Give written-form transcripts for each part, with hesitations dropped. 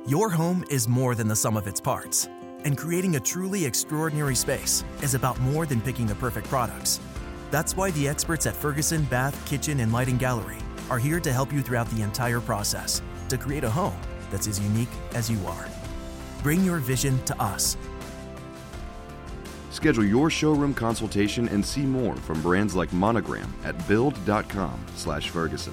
Your home is more than the sum of its parts, and creating a truly extraordinary space is about more than picking the perfect products. That's why the experts at Ferguson Bath, Kitchen, and Lighting Gallery are here to help you throughout the entire process to create a home that's as unique as you are. Bring your vision to us. Schedule your showroom consultation and see more from brands like Monogram at build.com/Ferguson.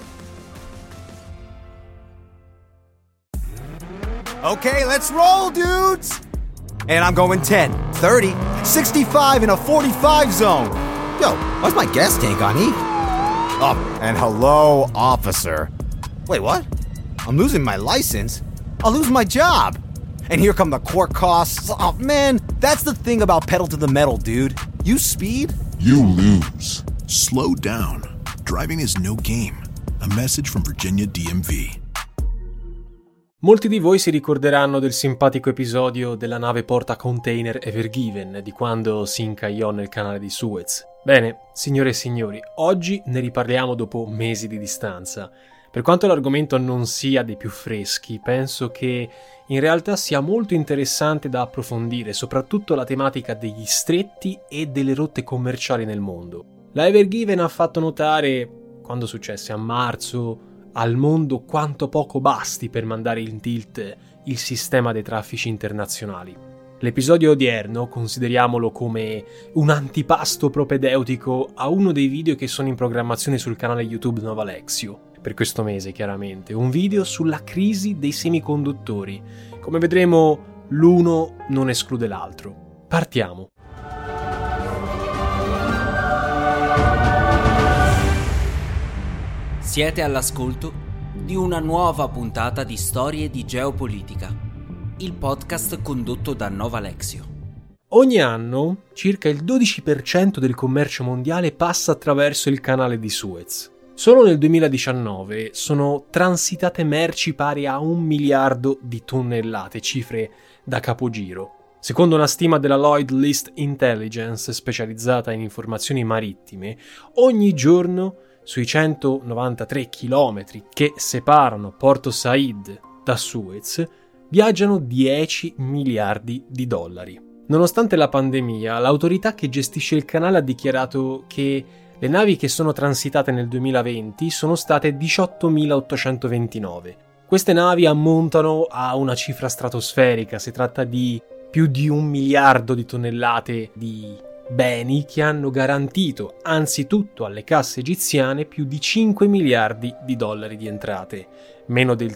Okay, let's roll, dudes! And I'm going 10, 30, 65 in a 45 zone. Yo, why's my gas tank on E? Oh, and hello, officer. Wait, what? I'm losing my license? I'll lose my job. And here come the court costs. Oh, man, that's the thing about pedal to the metal, dude. You speed, you lose. Slow down. Driving is no game. A message from Virginia DMV. Molti di voi si ricorderanno del simpatico episodio della nave portacontainer Ever Given, di quando si incagliò nel canale di Suez. Bene, signore e signori, oggi ne riparliamo dopo mesi di distanza. Per quanto l'argomento non sia dei più freschi, penso che in realtà sia molto interessante da approfondire, soprattutto la tematica degli stretti e delle rotte commerciali nel mondo. La Ever Given ha fatto notare, quando successe a marzo, al mondo quanto poco basti per mandare in tilt il sistema dei traffici internazionali. L'episodio odierno consideriamolo come un antipasto propedeutico a uno dei video che sono in programmazione sul canale YouTube Novalexio. Per questo mese, chiaramente, un video sulla crisi dei semiconduttori. Come vedremo, l'uno non esclude l'altro. Partiamo. Siete all'ascolto di una nuova puntata di Storie di Geopolitica, il podcast condotto da Novalexio. Ogni anno, circa il 12% del commercio mondiale passa attraverso il canale di Suez. Solo nel 2019 sono transitate merci pari a 1 miliardo di tonnellate, cifre da capogiro. Secondo una stima della Lloyd List Intelligence, specializzata in informazioni marittime, ogni giorno sui 193 chilometri che separano Porto Said da Suez viaggiano 10 miliardi di dollari. Nonostante la pandemia, l'autorità che gestisce il canale ha dichiarato che le navi che sono transitate nel 2020 sono state 18.829. Queste navi ammontano a una cifra stratosferica, si tratta di più di 1 miliardo di tonnellate di beni che hanno garantito anzitutto alle casse egiziane più di 5 miliardi di dollari di entrate, meno del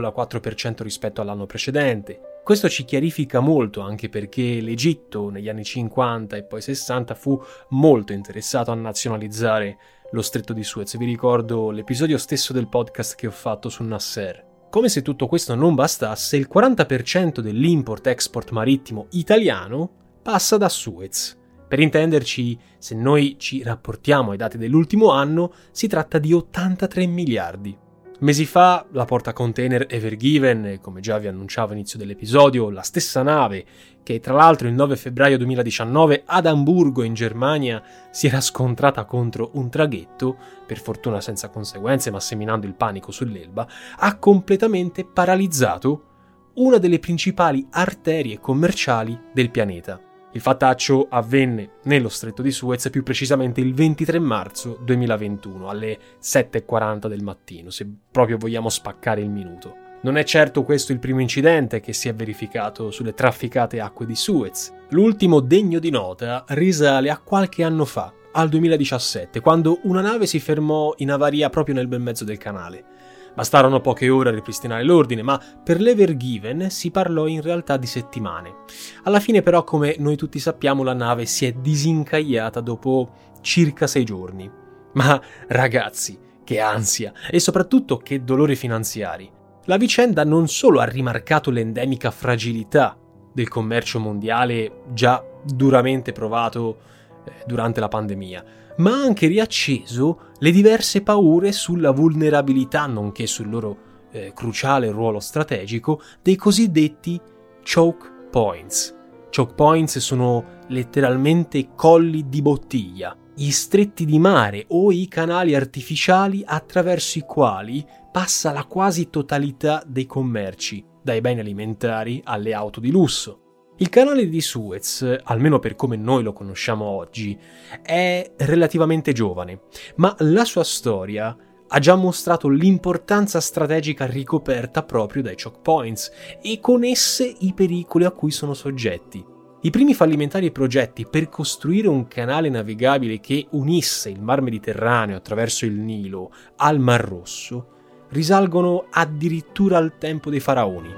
3,4% rispetto all'anno precedente. Questo ci chiarifica molto anche perché l'Egitto negli anni 50 e poi 60 fu molto interessato a nazionalizzare lo Stretto di Suez. Vi ricordo l'episodio stesso del podcast che ho fatto su Nasser. Come se tutto questo non bastasse, il 40% dell'import-export marittimo italiano passa da Suez. Per intenderci, se noi ci rapportiamo ai dati dell'ultimo anno, si tratta di 83 miliardi. Mesi fa la portacontainer Ever Given, come già vi annunciavo all'inizio dell'episodio, la stessa nave che tra l'altro il 9 febbraio 2019 ad Amburgo in Germania si era scontrata contro un traghetto, per fortuna senza conseguenze ma seminando il panico sull'Elba, ha completamente paralizzato una delle principali arterie commerciali del pianeta. Il fattaccio avvenne nello Stretto di Suez, più precisamente il 23 marzo 2021, alle 7:40 del mattino, se proprio vogliamo spaccare il minuto. Non è certo questo il primo incidente che si è verificato sulle trafficate acque di Suez. L'ultimo degno di nota risale a qualche anno fa, al 2017, quando una nave si fermò in avaria proprio nel bel mezzo del canale. Bastarono poche ore a ripristinare l'ordine, ma per l'Ever Given si parlò in realtà di settimane. Alla fine però, come noi tutti sappiamo, la nave si è disincagliata dopo circa 6 giorni. Ma ragazzi, che ansia e soprattutto che dolori finanziari. La vicenda non solo ha rimarcato l'endemica fragilità del commercio mondiale già duramente provato durante la pandemia, ma ha anche riacceso le diverse paure sulla vulnerabilità, nonché sul loro cruciale ruolo strategico, dei cosiddetti choke points. Choke points sono letteralmente colli di bottiglia, gli stretti di mare o i canali artificiali attraverso i quali passa la quasi totalità dei commerci, dai beni alimentari alle auto di lusso. Il canale di Suez, almeno per come noi lo conosciamo oggi, è relativamente giovane, ma la sua storia ha già mostrato l'importanza strategica ricoperta proprio dai choke points e con esse i pericoli a cui sono soggetti. I primi fallimentari progetti per costruire un canale navigabile che unisse il Mar Mediterraneo attraverso il Nilo al Mar Rosso risalgono addirittura al tempo dei faraoni.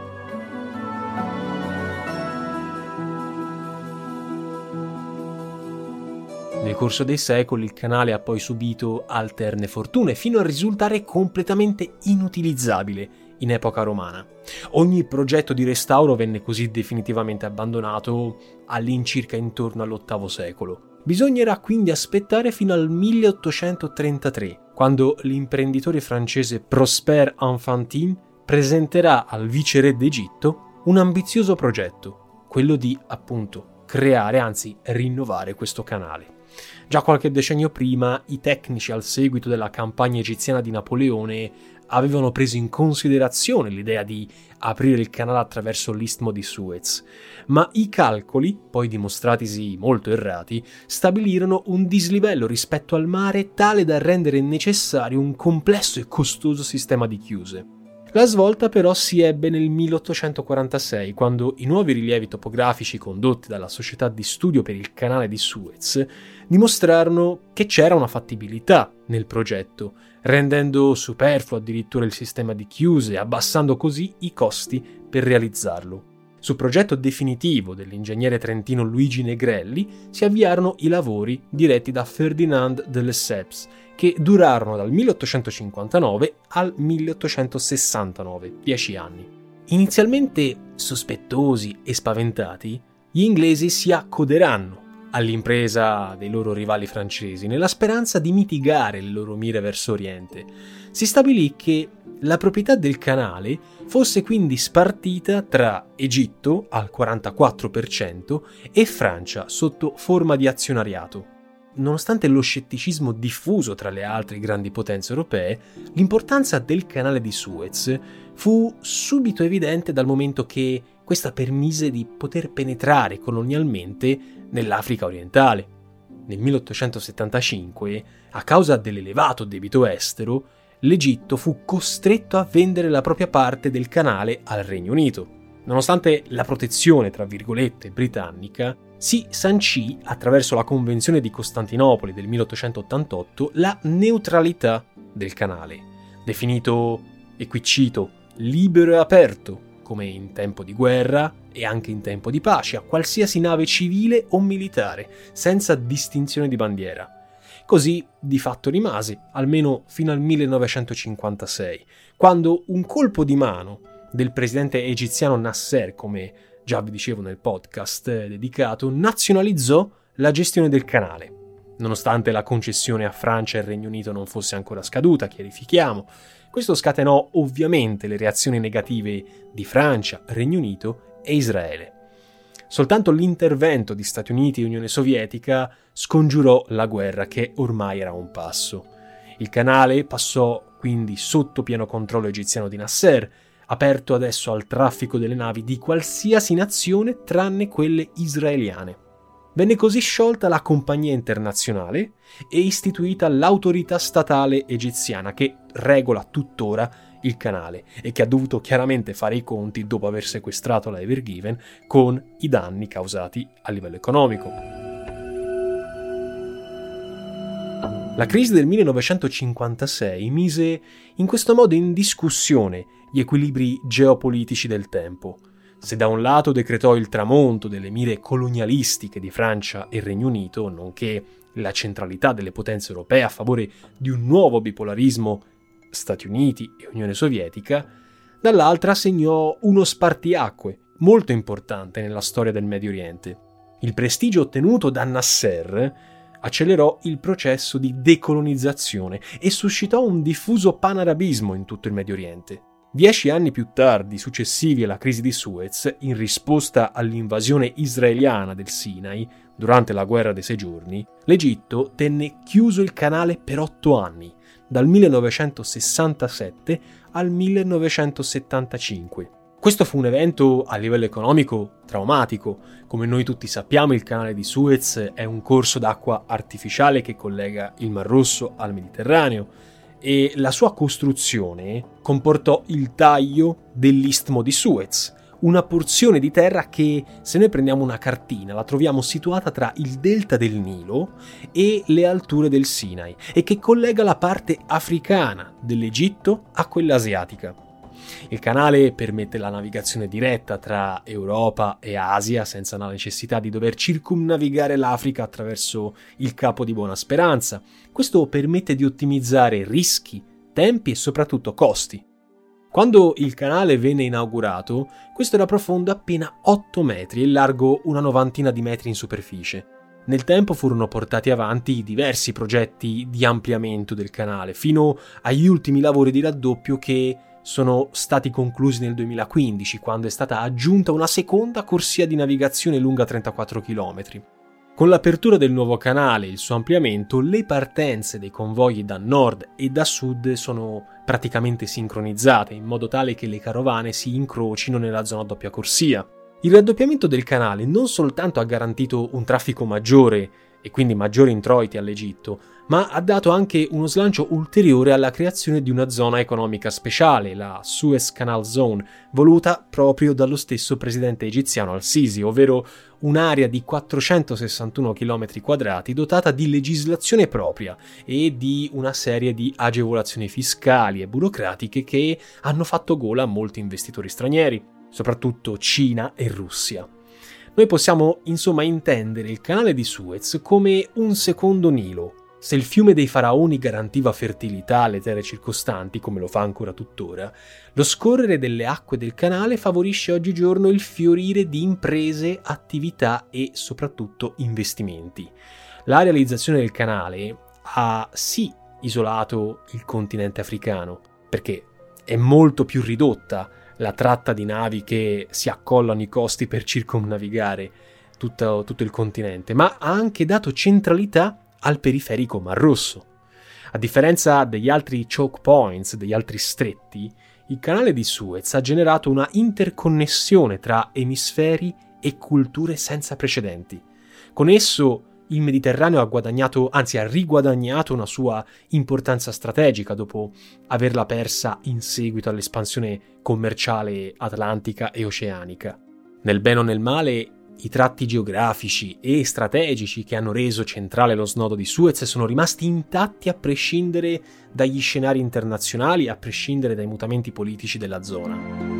Nel corso dei secoli il canale ha poi subito alterne fortune fino a risultare completamente inutilizzabile in epoca romana. Ogni progetto di restauro venne così definitivamente abbandonato all'incirca intorno all'VIII secolo. Bisognerà quindi aspettare fino al 1833, quando l'imprenditore francese Prosper Enfantin presenterà al viceré d'Egitto un ambizioso progetto, quello di, appunto, creare, anzi rinnovare questo canale. Già qualche decennio prima, i tecnici al seguito della campagna egiziana di Napoleone avevano preso in considerazione l'idea di aprire il canale attraverso l'Istmo di Suez, ma i calcoli, poi dimostratisi molto errati, stabilirono un dislivello rispetto al mare tale da rendere necessario un complesso e costoso sistema di chiuse. La svolta però si ebbe nel 1846, quando i nuovi rilievi topografici condotti dalla Società di Studio per il Canale di Suez dimostrarono che c'era una fattibilità nel progetto, rendendo superfluo addirittura il sistema di chiuse e abbassando così i costi per realizzarlo. Sul progetto definitivo dell'ingegnere trentino Luigi Negrelli si avviarono i lavori diretti da Ferdinand de Lesseps, che durarono dal 1859 al 1869, 10 anni. Inizialmente sospettosi e spaventati, gli inglesi si accoderanno all'impresa dei loro rivali francesi nella speranza di mitigare le loro mire verso oriente. Si stabilì che la proprietà del canale fosse quindi spartita tra Egitto al 44% e Francia sotto forma di azionariato. Nonostante lo scetticismo diffuso tra le altre grandi potenze europee, l'importanza del canale di Suez fu subito evidente dal momento che questa permise di poter penetrare colonialmente nell'Africa orientale. Nel 1875, a causa dell'elevato debito estero, l'Egitto fu costretto a vendere la propria parte del canale al Regno Unito. Nonostante la protezione, tra virgolette, britannica, si sancì, attraverso la Convenzione di Costantinopoli del 1888, la neutralità del canale, definito, e qui cito, libero e aperto, come in tempo di guerra e anche in tempo di pace, a qualsiasi nave civile o militare, senza distinzione di bandiera. Così di fatto rimase, almeno fino al 1956, quando un colpo di mano del presidente egiziano Nasser, come già vi dicevo nel podcast dedicato, nazionalizzò la gestione del canale. Nonostante la concessione a Francia e il Regno Unito non fosse ancora scaduta, chiarifichiamo, questo scatenò ovviamente le reazioni negative di Francia, Regno Unito e Israele. Soltanto l'intervento di Stati Uniti e Unione Sovietica scongiurò la guerra che ormai era a un passo. Il canale passò quindi sotto pieno controllo egiziano di Nasser, aperto adesso al traffico delle navi di qualsiasi nazione tranne quelle israeliane. Venne così sciolta la compagnia internazionale e istituita l'autorità statale egiziana che regola tuttora il canale e che ha dovuto chiaramente fare i conti, dopo aver sequestrato la Ever Given, con i danni causati a livello economico. La crisi del 1956 mise in questo modo in discussione gli equilibri geopolitici del tempo. Se da un lato decretò il tramonto delle mire colonialistiche di Francia e Regno Unito, nonché la centralità delle potenze europee a favore di un nuovo bipolarismo Stati Uniti e Unione Sovietica, dall'altra segnò uno spartiacque molto importante nella storia del Medio Oriente. Il prestigio ottenuto da Nasser accelerò il processo di decolonizzazione e suscitò un diffuso panarabismo in tutto il Medio Oriente. 10 anni più tardi, successivi alla crisi di Suez, in risposta all'invasione israeliana del Sinai durante la guerra dei 6 giorni, l'Egitto tenne chiuso il canale per 8 anni, dal 1967 al 1975. Questo fu un evento a livello economico traumatico. Come noi tutti sappiamo, il canale di Suez è un corso d'acqua artificiale che collega il Mar Rosso al Mediterraneo e la sua costruzione comportò il taglio dell'Istmo di Suez, una porzione di terra che, se noi prendiamo una cartina, la troviamo situata tra il delta del Nilo e le alture del Sinai e che collega la parte africana dell'Egitto a quella asiatica. Il canale permette la navigazione diretta tra Europa e Asia senza la necessità di dover circumnavigare l'Africa attraverso il Capo di Buona Speranza. Questo permette di ottimizzare rischi, tempi e soprattutto costi. Quando il canale venne inaugurato, questo era profondo appena 8 metri e largo una novantina di metri in superficie. Nel tempo furono portati avanti diversi progetti di ampliamento del canale, fino agli ultimi lavori di raddoppio che sono stati conclusi nel 2015, quando è stata aggiunta una seconda corsia di navigazione lunga 34 km. Con l'apertura del nuovo canale e il suo ampliamento, le partenze dei convogli da nord e da sud sono praticamente sincronizzate, in modo tale che le carovane si incrocino nella zona a doppia corsia. Il raddoppiamento del canale non soltanto ha garantito un traffico maggiore e quindi maggiori introiti all'Egitto, ma ha dato anche uno slancio ulteriore alla creazione di una zona economica speciale, la Suez Canal Zone, voluta proprio dallo stesso presidente egiziano al-Sisi, ovvero un'area di 461 km² dotata di legislazione propria e di una serie di agevolazioni fiscali e burocratiche che hanno fatto gola a molti investitori stranieri, soprattutto Cina e Russia. Noi possiamo insomma intendere il canale di Suez come un secondo Nilo. Se il fiume dei faraoni garantiva fertilità alle terre circostanti, come lo fa ancora tuttora, lo scorrere delle acque del canale favorisce oggigiorno il fiorire di imprese, attività e soprattutto investimenti. La realizzazione del canale ha sì isolato il continente africano, perché è molto più ridotta la tratta di navi che si accollano i costi per circumnavigare tutto il continente, ma ha anche dato centralità al periferico Mar Rosso. A differenza degli altri choke points, degli altri stretti, il canale di Suez ha generato una interconnessione tra emisferi e culture senza precedenti. Con esso il Mediterraneo ha riguadagnato una sua importanza strategica dopo averla persa in seguito all'espansione commerciale atlantica e oceanica. Nel bene o nel male, i tratti geografici e strategici che hanno reso centrale lo snodo di Suez sono rimasti intatti a prescindere dagli scenari internazionali, a prescindere dai mutamenti politici della zona.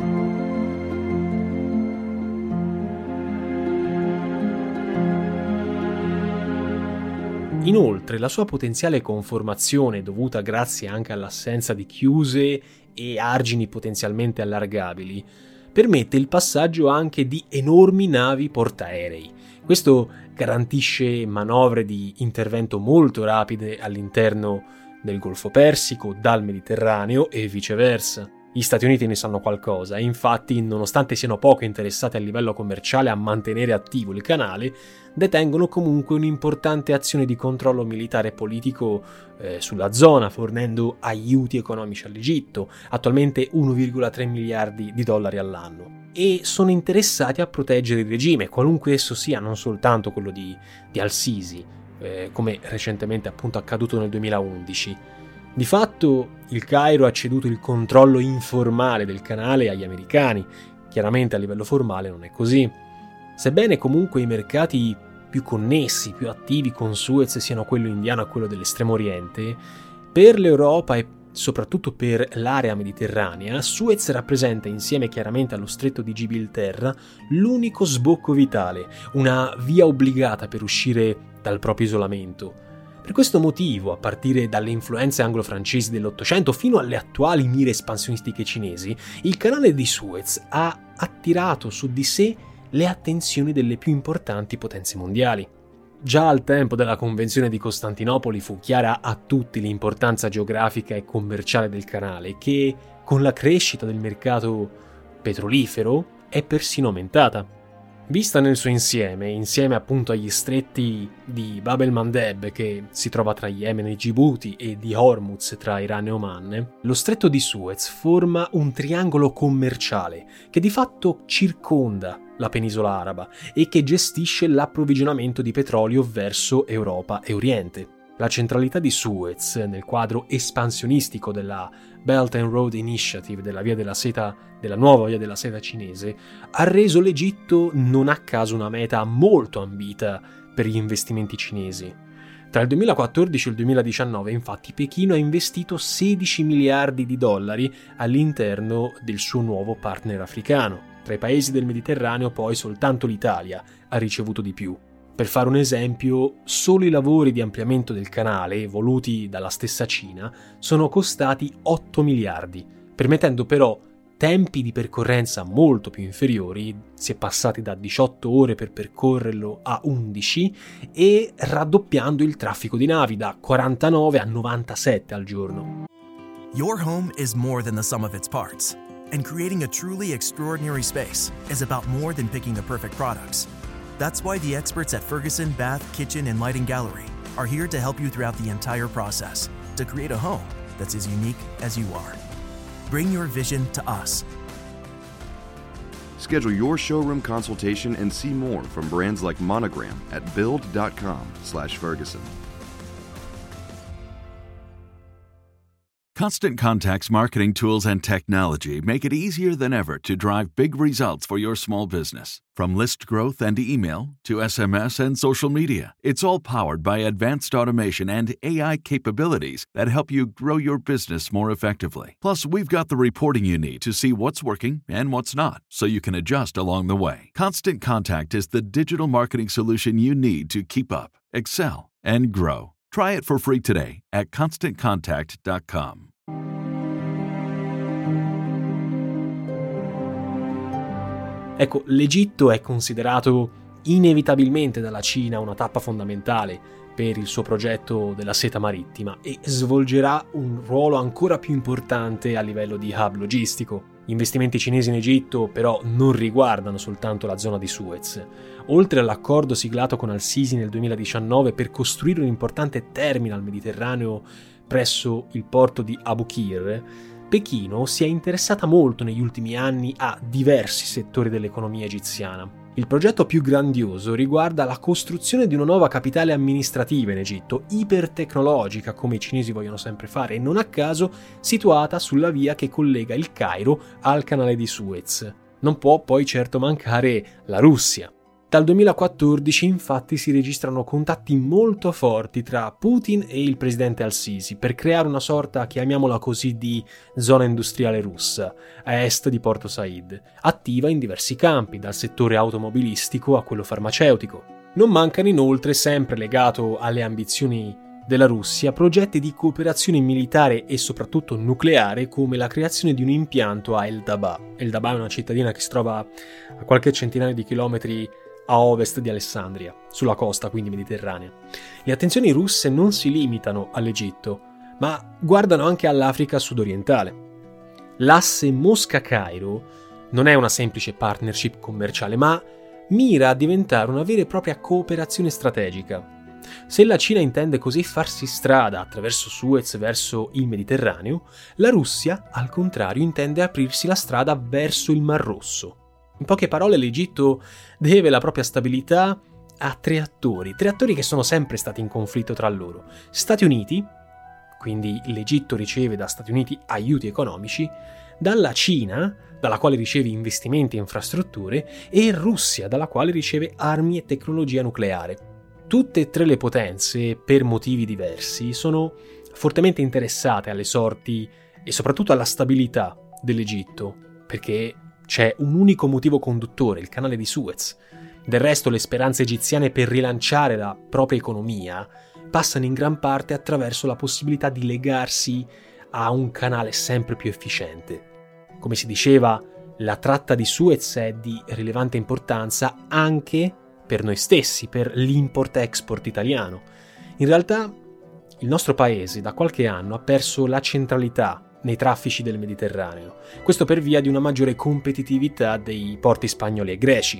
Inoltre, la sua potenziale conformazione, dovuta grazie anche all'assenza di chiuse e argini potenzialmente allargabili, permette il passaggio anche di enormi navi portaerei. Questo garantisce manovre di intervento molto rapide all'interno del Golfo Persico, dal Mediterraneo e viceversa. Gli Stati Uniti ne sanno qualcosa e infatti, nonostante siano poco interessati a livello commerciale a mantenere attivo il canale, detengono comunque un'importante azione di controllo militare e politico sulla zona, fornendo aiuti economici all'Egitto, attualmente 1,3 miliardi di dollari all'anno. E sono interessati a proteggere il regime, qualunque esso sia, non soltanto quello di al-Sisi, come recentemente appunto accaduto nel 2011. Di fatto, il Cairo ha ceduto il controllo informale del canale agli americani. Chiaramente a livello formale non è così. Sebbene comunque i mercati più connessi, più attivi con Suez siano quello indiano e quello dell'Estremo Oriente, per l'Europa e soprattutto per l'area mediterranea, Suez rappresenta, insieme chiaramente allo stretto di Gibilterra, l'unico sbocco vitale, una via obbligata per uscire dal proprio isolamento. Per questo motivo, a partire dalle influenze anglo-francesi dell'Ottocento fino alle attuali mire espansionistiche cinesi, il canale di Suez ha attirato su di sé le attenzioni delle più importanti potenze mondiali. Già al tempo della Convenzione di Costantinopoli fu chiara a tutti l'importanza geografica e commerciale del canale, che con la crescita del mercato petrolifero è persino aumentata. Vista nel suo insieme appunto agli stretti di Bab el-Mandeb, che si trova tra Yemen e Djibouti, e di Hormuz tra Iran e Oman, lo stretto di Suez forma un triangolo commerciale che di fatto circonda la penisola araba e che gestisce l'approvvigionamento di petrolio verso Europa e Oriente. La centralità di Suez nel quadro espansionistico della Belt and Road Initiative, della nuova via della seta cinese, ha reso l'Egitto non a caso una meta molto ambita per gli investimenti cinesi. Tra il 2014 e il 2019, infatti, Pechino ha investito 16 miliardi di dollari all'interno del suo nuovo partner africano. Tra i paesi del Mediterraneo, poi, soltanto l'Italia ha ricevuto di più. Per fare un esempio, solo i lavori di ampliamento del canale, voluti dalla stessa Cina, sono costati 8 miliardi, permettendo però tempi di percorrenza molto più inferiori, si è passati da 18 ore per percorrerlo a 11, e raddoppiando il traffico di navi da 49 a 97 al giorno. Your home is more than the sum of its parts, and creating a truly extraordinary space is about more than picking the perfect products. That's why the experts at Ferguson Bath, Kitchen, and Lighting Gallery are here to help you throughout the entire process to create a home that's as unique as you are. Bring your vision to us. Schedule your showroom consultation and see more from brands like Monogram at build.com/Ferguson. Constant Contact's marketing tools and technology make it easier than ever to drive big results for your small business. From list growth and email to SMS and social media, it's all powered by advanced automation and AI capabilities that help you grow your business more effectively. Plus, we've got the reporting you need to see what's working and what's not, so you can adjust along the way. Constant Contact is the digital marketing solution you need to keep up, excel, and grow. Try it for free today at ConstantContact.com. Ecco, l'Egitto è considerato inevitabilmente dalla Cina una tappa fondamentale per il suo progetto della seta marittima e svolgerà un ruolo ancora più importante a livello di hub logistico. Gli investimenti cinesi in Egitto però non riguardano soltanto la zona di Suez. Oltre all'accordo siglato con Al-Sisi nel 2019 per costruire un importante terminal mediterraneo presso il porto di Abu Qir, Pechino si è interessata molto negli ultimi anni a diversi settori dell'economia egiziana. Il progetto più grandioso riguarda la costruzione di una nuova capitale amministrativa in Egitto, ipertecnologica come i cinesi vogliono sempre fare, e non a caso situata sulla via che collega il Cairo al canale di Suez. Non può poi certo mancare la Russia. Dal 2014 infatti si registrano contatti molto forti tra Putin e il presidente Al-Sisi per creare una sorta, chiamiamola così, di zona industriale russa a est di Porto Said, attiva in diversi campi, dal settore automobilistico a quello farmaceutico. Non mancano inoltre, sempre legato alle ambizioni della Russia, progetti di cooperazione militare e soprattutto nucleare, come la creazione di un impianto a El Dabaa. El Dabaa è una cittadina che si trova a qualche centinaio di chilometri a ovest di Alessandria, sulla costa quindi mediterranea. Le attenzioni russe non si limitano all'Egitto, ma guardano anche all'Africa sudorientale. L'asse Mosca-Cairo non è una semplice partnership commerciale, ma mira a diventare una vera e propria cooperazione strategica. Se la Cina intende così farsi strada attraverso Suez verso il Mediterraneo, la Russia, al contrario, intende aprirsi la strada verso il Mar Rosso. In poche parole, l'Egitto deve la propria stabilità a tre attori che sono sempre stati in conflitto tra loro. Stati Uniti, quindi l'Egitto riceve da Stati Uniti aiuti economici, dalla Cina, dalla quale riceve investimenti e infrastrutture, e Russia, dalla quale riceve armi e tecnologia nucleare. Tutte e tre le potenze, per motivi diversi, sono fortemente interessate alle sorti e soprattutto alla stabilità dell'Egitto, perché c'è un unico motivo conduttore, il canale di Suez. Del resto, le speranze egiziane per rilanciare la propria economia passano in gran parte attraverso la possibilità di legarsi a un canale sempre più efficiente. Come si diceva, la tratta di Suez è di rilevante importanza anche per noi stessi, per l'import-export italiano. In realtà, il nostro paese da qualche anno ha perso la centralità nei traffici del Mediterraneo, questo per via di una maggiore competitività dei porti spagnoli e greci.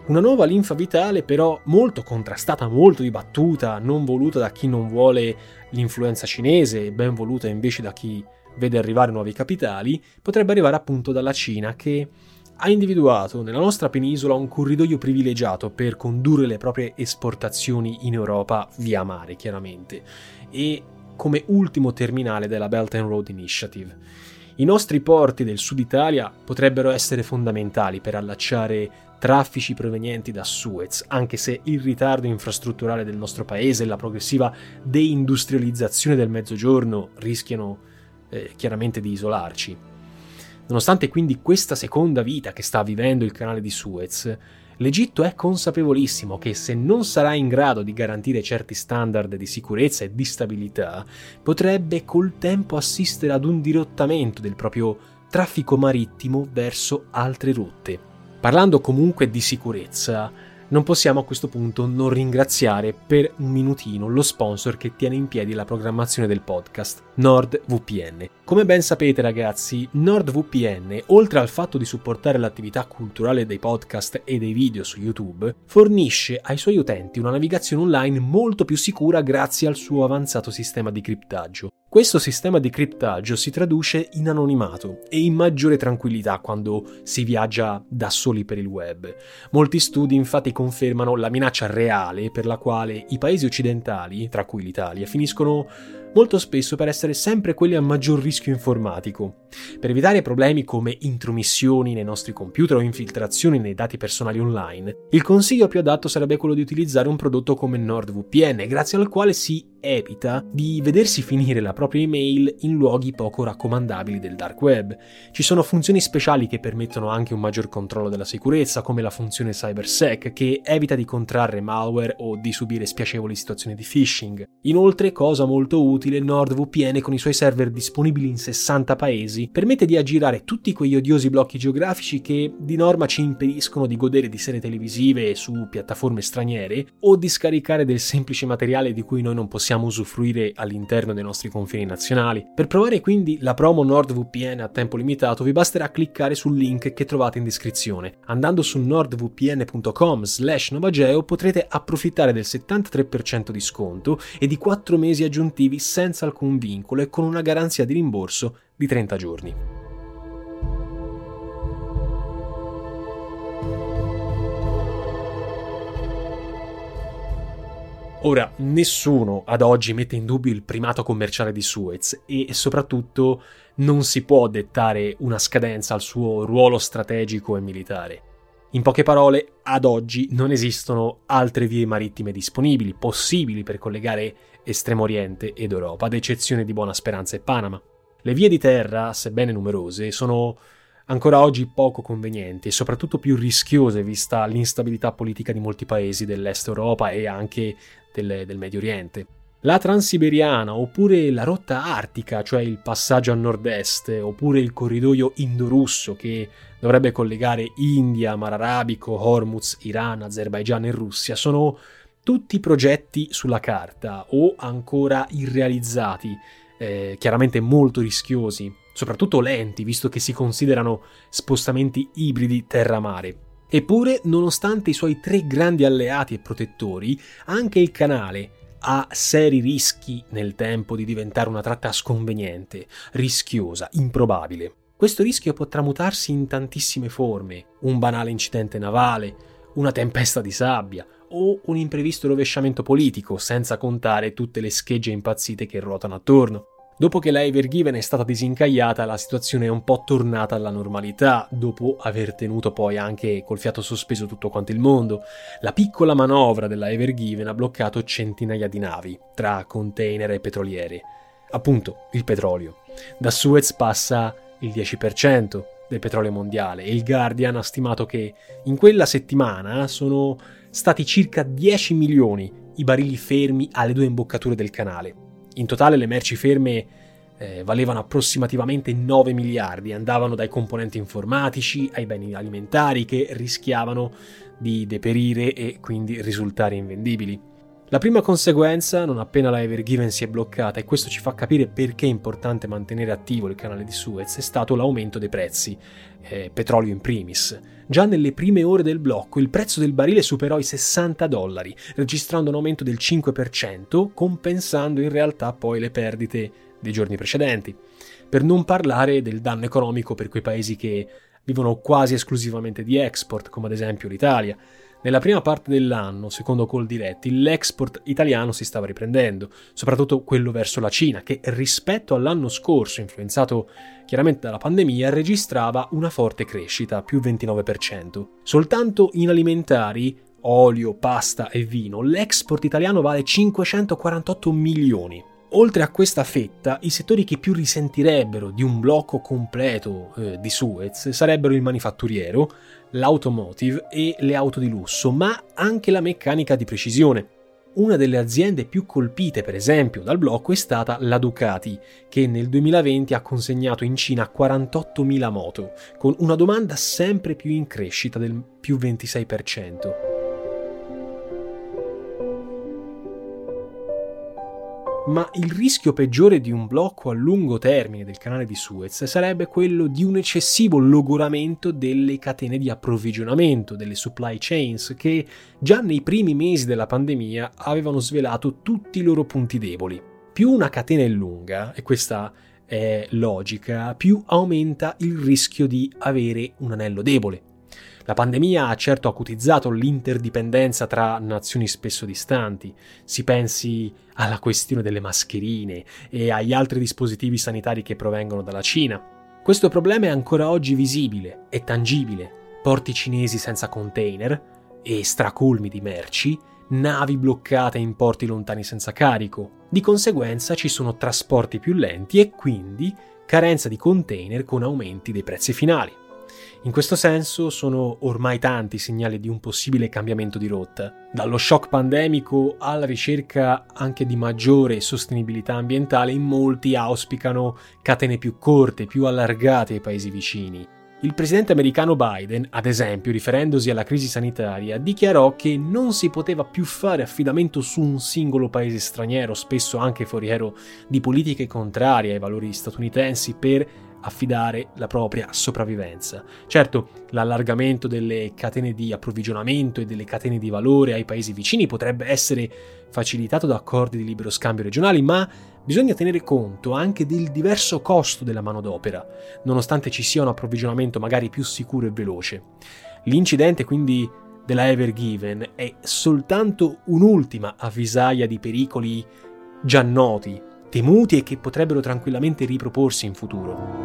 Una nuova linfa vitale però molto contrastata, molto dibattuta, non voluta da chi non vuole l'influenza cinese e ben voluta invece da chi vede arrivare nuovi capitali, potrebbe arrivare appunto dalla Cina, che ha individuato nella nostra penisola un corridoio privilegiato per condurre le proprie esportazioni in Europa via mare, chiaramente, e come ultimo terminale della Belt and Road Initiative. I nostri porti del sud Italia potrebbero essere fondamentali per allacciare traffici provenienti da Suez, anche se il ritardo infrastrutturale del nostro paese e la progressiva deindustrializzazione del Mezzogiorno rischiano chiaramente di isolarci. Nonostante quindi questa seconda vita che sta vivendo il canale di Suez, l'Egitto è consapevolissimo che se non sarà in grado di garantire certi standard di sicurezza e di stabilità, potrebbe col tempo assistere ad un dirottamento del proprio traffico marittimo verso altre rotte. Parlando comunque di sicurezza, non possiamo a questo punto non ringraziare per un minutino lo sponsor che tiene in piedi la programmazione del podcast, NordVPN. Come ben sapete ragazzi, NordVPN, oltre al fatto di supportare l'attività culturale dei podcast e dei video su YouTube, fornisce ai suoi utenti una navigazione online molto più sicura grazie al suo avanzato sistema di criptaggio. Questo sistema di criptaggio si traduce in anonimato e in maggiore tranquillità quando si viaggia da soli per il web. Molti studi infatti confermano la minaccia reale per la quale i paesi occidentali, tra cui l'Italia, finiscono molto spesso per essere sempre quelli a maggior rischio informatico. Per evitare problemi come intromissioni nei nostri computer o infiltrazioni nei dati personali online, il consiglio più adatto sarebbe quello di utilizzare un prodotto come NordVPN, grazie al quale si evita di vedersi finire la propria email in luoghi poco raccomandabili del dark web. Ci sono funzioni speciali che permettono anche un maggior controllo della sicurezza, come la funzione CyberSec, che evita di contrarre malware o di subire spiacevoli situazioni di phishing. Inoltre, cosa molto utile, NordVPN con i suoi server disponibili in 60 paesi permette di aggirare tutti quegli odiosi blocchi geografici che di norma ci impediscono di godere di serie televisive su piattaforme straniere o di scaricare del semplice materiale di cui noi non possiamo usufruire all'interno dei nostri confini nazionali. Per provare quindi la promo NordVPN a tempo limitato vi basterà cliccare sul link che trovate in descrizione. Andando su nordvpn.com/novageo potrete approfittare del 73% di sconto e di 4 mesi aggiuntivi senza alcun vincolo e con una garanzia di rimborso di 30 giorni. Ora, nessuno ad oggi mette in dubbio il primato commerciale di Suez e soprattutto non si può dettare una scadenza al suo ruolo strategico e militare. In poche parole, ad oggi non esistono altre vie marittime disponibili, possibili per collegare Estremo Oriente ed Europa, ad eccezione di Buona Speranza e Panama. Le vie di terra, sebbene numerose, sono ancora oggi poco convenienti e soprattutto più rischiose vista l'instabilità politica di molti paesi dell'Est Europa e anche del Medio Oriente. La Transiberiana oppure la rotta artica, cioè il passaggio a nord-est, oppure il corridoio indo-russo che dovrebbe collegare India, Mar Arabico, Hormuz, Iran, Azerbaigian e Russia, sono tutti progetti sulla carta o ancora irrealizzati, chiaramente molto rischiosi, soprattutto lenti, visto che si considerano spostamenti ibridi terra-mare. Eppure, nonostante i suoi 3 grandi alleati e protettori, anche il canale ha seri rischi nel tempo di diventare una tratta sconveniente, rischiosa, improbabile. Questo rischio può tramutarsi in tantissime forme: un banale incidente navale, una tempesta di sabbia o un imprevisto rovesciamento politico, senza contare tutte le schegge impazzite che ruotano attorno. Dopo che la Ever Given è stata disincagliata, la situazione è un po' tornata alla normalità, dopo aver tenuto poi anche col fiato sospeso tutto quanto il mondo. La piccola manovra della Ever Given ha bloccato centinaia di navi, tra container e petroliere. Appunto, il petrolio. Da Suez passa il 10% del petrolio mondiale e il Guardian ha stimato che in quella settimana sono stati circa 10 milioni i barili fermi alle 2 imboccature del canale. In totale le merci ferme valevano approssimativamente 9 miliardi, andavano dai componenti informatici ai beni alimentari che rischiavano di deperire e quindi risultare invendibili. La prima conseguenza, non appena la Ever Given si è bloccata, e questo ci fa capire perché è importante mantenere attivo il canale di Suez, è stato l'aumento dei prezzi, petrolio in primis. Già nelle prime ore del blocco il prezzo del barile superò i $60, registrando un aumento del 5%, compensando in realtà poi le perdite dei giorni precedenti. Per non parlare del danno economico per quei paesi che vivono quasi esclusivamente di export, come ad esempio l'Italia. Nella prima parte dell'anno, secondo Coldiretti, l'export italiano si stava riprendendo, soprattutto quello verso la Cina, che rispetto all'anno scorso, influenzato chiaramente dalla pandemia, registrava una forte crescita, più 29%. Soltanto in alimentari, olio, pasta e vino, l'export italiano vale 548 milioni. Oltre a questa fetta, i settori che più risentirebbero di un blocco completo di Suez sarebbero il manifatturiero, l'automotive e le auto di lusso, ma anche la meccanica di precisione. Una delle aziende più colpite, per esempio, dal blocco è stata la Ducati, che nel 2020 ha consegnato in Cina 48.000 moto, con una domanda sempre più in crescita del più 26%. Ma il rischio peggiore di un blocco a lungo termine del canale di Suez sarebbe quello di un eccessivo logoramento delle catene di approvvigionamento, delle supply chains, che già nei primi mesi della pandemia avevano svelato tutti i loro punti deboli. Più una catena è lunga, e questa è logica, più aumenta il rischio di avere un anello debole. La pandemia ha certo acutizzato l'interdipendenza tra nazioni spesso distanti. Si pensi alla questione delle mascherine e agli altri dispositivi sanitari che provengono dalla Cina. Questo problema è ancora oggi visibile e tangibile. Porti cinesi senza container e stracolmi di merci, navi bloccate in porti lontani senza carico. Di conseguenza ci sono trasporti più lenti e quindi carenza di container con aumenti dei prezzi finali. In questo senso sono ormai tanti i segnali di un possibile cambiamento di rotta, dallo shock pandemico alla ricerca anche di maggiore sostenibilità ambientale. In molti auspicano catene più corte, più allargate ai paesi vicini. Il presidente americano Biden, ad esempio, riferendosi alla crisi sanitaria, dichiarò che non si poteva più fare affidamento su un singolo paese straniero, spesso anche foriero di politiche contrarie ai valori statunitensi, per affidare la propria sopravvivenza. Certo, l'allargamento delle catene di approvvigionamento e delle catene di valore ai paesi vicini potrebbe essere facilitato da accordi di libero scambio regionali, ma bisogna tenere conto anche del diverso costo della manodopera, nonostante ci sia un approvvigionamento magari più sicuro e veloce. L'incidente quindi della Ever Given è soltanto un'ultima avvisaglia di pericoli già noti, temuti e che potrebbero tranquillamente riproporsi in futuro.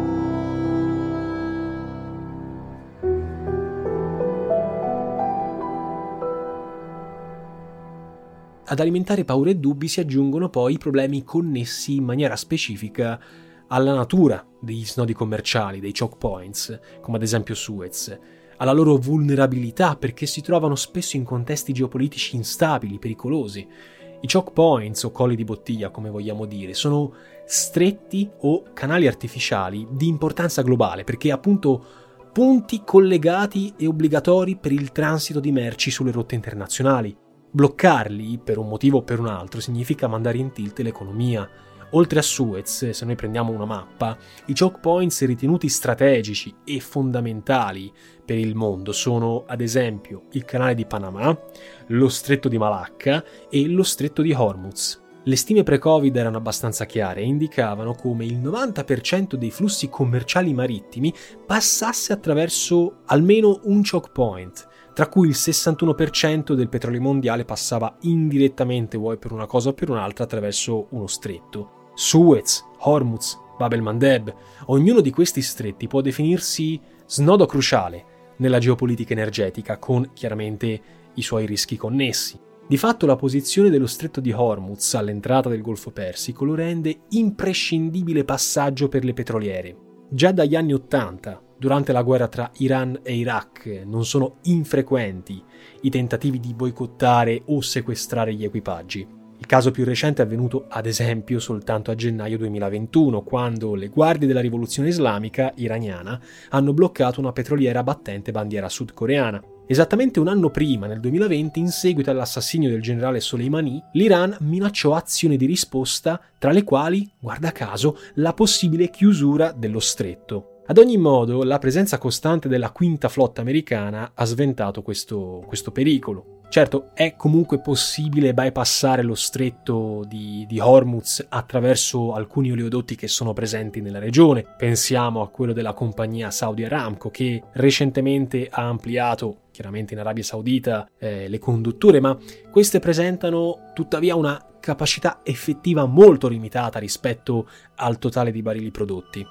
Ad alimentare paure e dubbi si aggiungono poi i problemi connessi in maniera specifica alla natura degli snodi commerciali, dei choke points, come ad esempio Suez, alla loro vulnerabilità perché si trovano spesso in contesti geopolitici instabili, pericolosi. I choke points, o colli di bottiglia come vogliamo dire, sono stretti o canali artificiali di importanza globale perché appunto punti collegati e obbligatori per il transito di merci sulle rotte internazionali. Bloccarli per un motivo o per un altro significa mandare in tilt l'economia. Oltre a Suez, se noi prendiamo una mappa, i choke points ritenuti strategici e fondamentali per il mondo sono ad esempio il canale di Panama, lo stretto di Malacca e lo stretto di Hormuz. Le stime pre-Covid erano abbastanza chiare e indicavano come il 90% dei flussi commerciali marittimi passasse attraverso almeno un choke point, tra cui il 61% del petrolio mondiale passava indirettamente, vuoi per una cosa o per un'altra, attraverso uno stretto. Suez, Hormuz, Bab el-Mandeb, ognuno di questi stretti può definirsi snodo cruciale nella geopolitica energetica, con chiaramente i suoi rischi connessi. Di fatto la posizione dello stretto di Hormuz all'entrata del Golfo Persico lo rende imprescindibile passaggio per le petroliere. Già dagli anni '80, durante la guerra tra Iran e Iraq, non sono infrequenti i tentativi di boicottare o sequestrare gli equipaggi. Il caso più recente è avvenuto, ad esempio, soltanto a gennaio 2021, quando le guardie della rivoluzione islamica iraniana hanno bloccato una petroliera battente bandiera sudcoreana. Esattamente un anno prima, nel 2020, in seguito all'assassinio del generale Soleimani, l'Iran minacciò azioni di risposta, tra le quali, guarda caso, la possibile chiusura dello stretto. Ad ogni modo, la presenza costante della quinta flotta americana ha sventato questo pericolo. Certo, è comunque possibile bypassare lo stretto di Hormuz attraverso alcuni oleodotti che sono presenti nella regione. Pensiamo a quello della compagnia Saudi Aramco, che recentemente ha ampliato, chiaramente in Arabia Saudita, le condutture, ma queste presentano tuttavia una capacità effettiva molto limitata rispetto al totale di barili prodotti.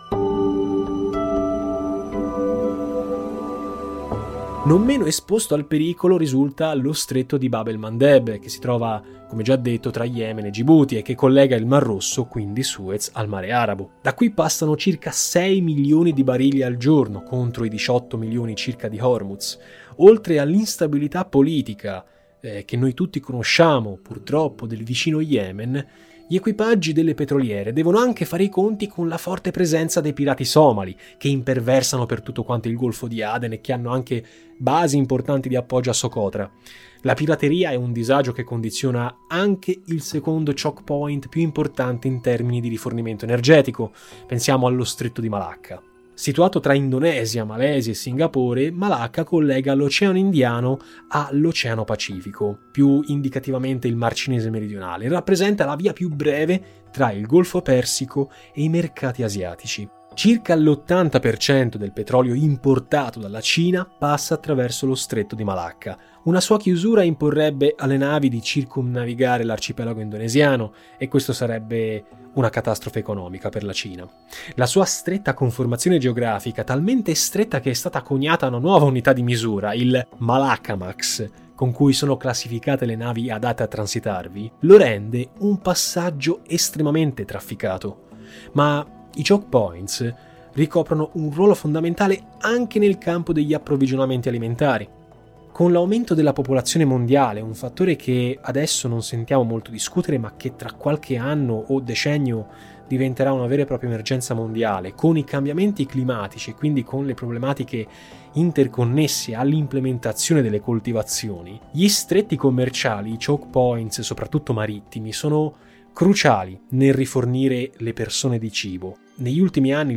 Non meno esposto al pericolo risulta lo stretto di Bab el-Mandeb, che si trova, come già detto, tra Yemen e Gibuti e che collega il Mar Rosso, quindi Suez, al Mare Arabo. Da qui passano circa 6 milioni di barili al giorno contro i 18 milioni circa di Hormuz. Oltre all'instabilità politica che noi tutti conosciamo, purtroppo, del vicino Yemen, gli equipaggi delle petroliere devono anche fare i conti con la forte presenza dei pirati somali, che imperversano per tutto quanto il Golfo di Aden e che hanno anche basi importanti di appoggio a Socotra. La pirateria è un disagio che condiziona anche il secondo choke point più importante in termini di rifornimento energetico. Pensiamo allo Stretto di Malacca. Situato tra Indonesia, Malesia e Singapore, Malacca collega l'Oceano Indiano all'Oceano Pacifico, più indicativamente il Mar Cinese meridionale, e rappresenta la via più breve tra il Golfo Persico e i mercati asiatici. Circa l'80% del petrolio importato dalla Cina passa attraverso lo Stretto di Malacca. Una sua chiusura imporrebbe alle navi di circumnavigare l'arcipelago indonesiano e questo sarebbe una catastrofe economica per la Cina. La sua stretta conformazione geografica, talmente stretta che è stata coniata una nuova unità di misura, il Malaccamax, con cui sono classificate le navi adatte a transitarvi, lo rende un passaggio estremamente trafficato. Ma i choke points ricoprono un ruolo fondamentale anche nel campo degli approvvigionamenti alimentari. Con l'aumento della popolazione mondiale, un fattore che adesso non sentiamo molto discutere ma che tra qualche anno o decennio diventerà una vera e propria emergenza mondiale, con i cambiamenti climatici e quindi con le problematiche interconnesse all'implementazione delle coltivazioni, gli stretti commerciali, i choke points, soprattutto marittimi, sono cruciali nel rifornire le persone di cibo. Negli ultimi anni il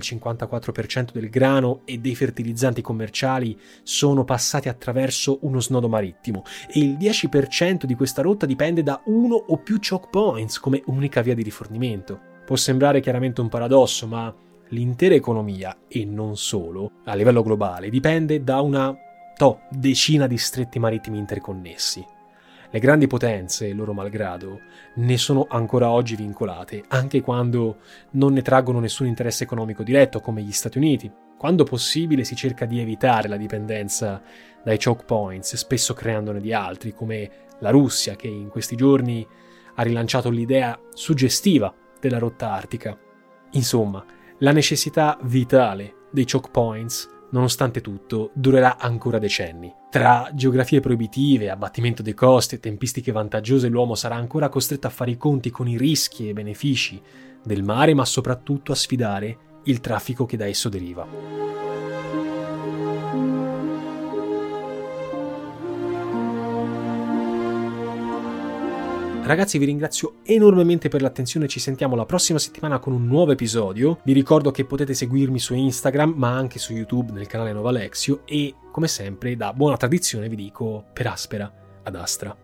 54% del grano e dei fertilizzanti commerciali sono passati attraverso uno snodo marittimo e il 10% di questa rotta dipende da uno o più choke points come unica via di rifornimento. Può sembrare chiaramente un paradosso, ma l'intera economia, e non solo, a livello globale, dipende da una decina di stretti marittimi interconnessi. Le grandi potenze, loro malgrado, ne sono ancora oggi vincolate, anche quando non ne traggono nessun interesse economico diretto, come gli Stati Uniti. Quando possibile si cerca di evitare la dipendenza dai choke points, spesso creandone di altri, come la Russia, che in questi giorni ha rilanciato l'idea suggestiva della rotta artica. Insomma, la necessità vitale dei choke points, nonostante tutto, durerà ancora decenni. Tra geografie proibitive, abbattimento dei costi e tempistiche vantaggiose, l'uomo sarà ancora costretto a fare i conti con i rischi e i benefici del mare, ma soprattutto a sfidare il traffico che da esso deriva. Ragazzi, vi ringrazio enormemente per l'attenzione, ci sentiamo la prossima settimana con un nuovo episodio. Vi ricordo che potete seguirmi su Instagram, ma anche su YouTube nel canale Nova Alexio e, come sempre, da buona tradizione vi dico per aspera ad astra.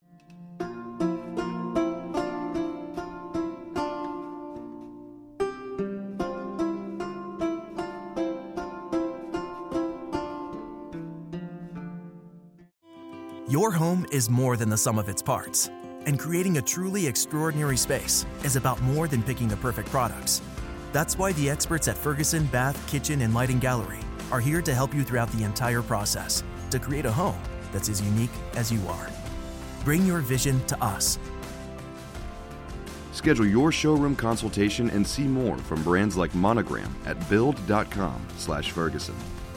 Your home is more than the sum of its parts. And creating a truly extraordinary space is about more than picking the perfect products. That's why the experts at Ferguson Bath, Kitchen, and Lighting Gallery are here to help you throughout the entire process to create a home that's as unique as you are. Bring your vision to us. Schedule your showroom consultation and see more from brands like Monogram at build.com/Ferguson.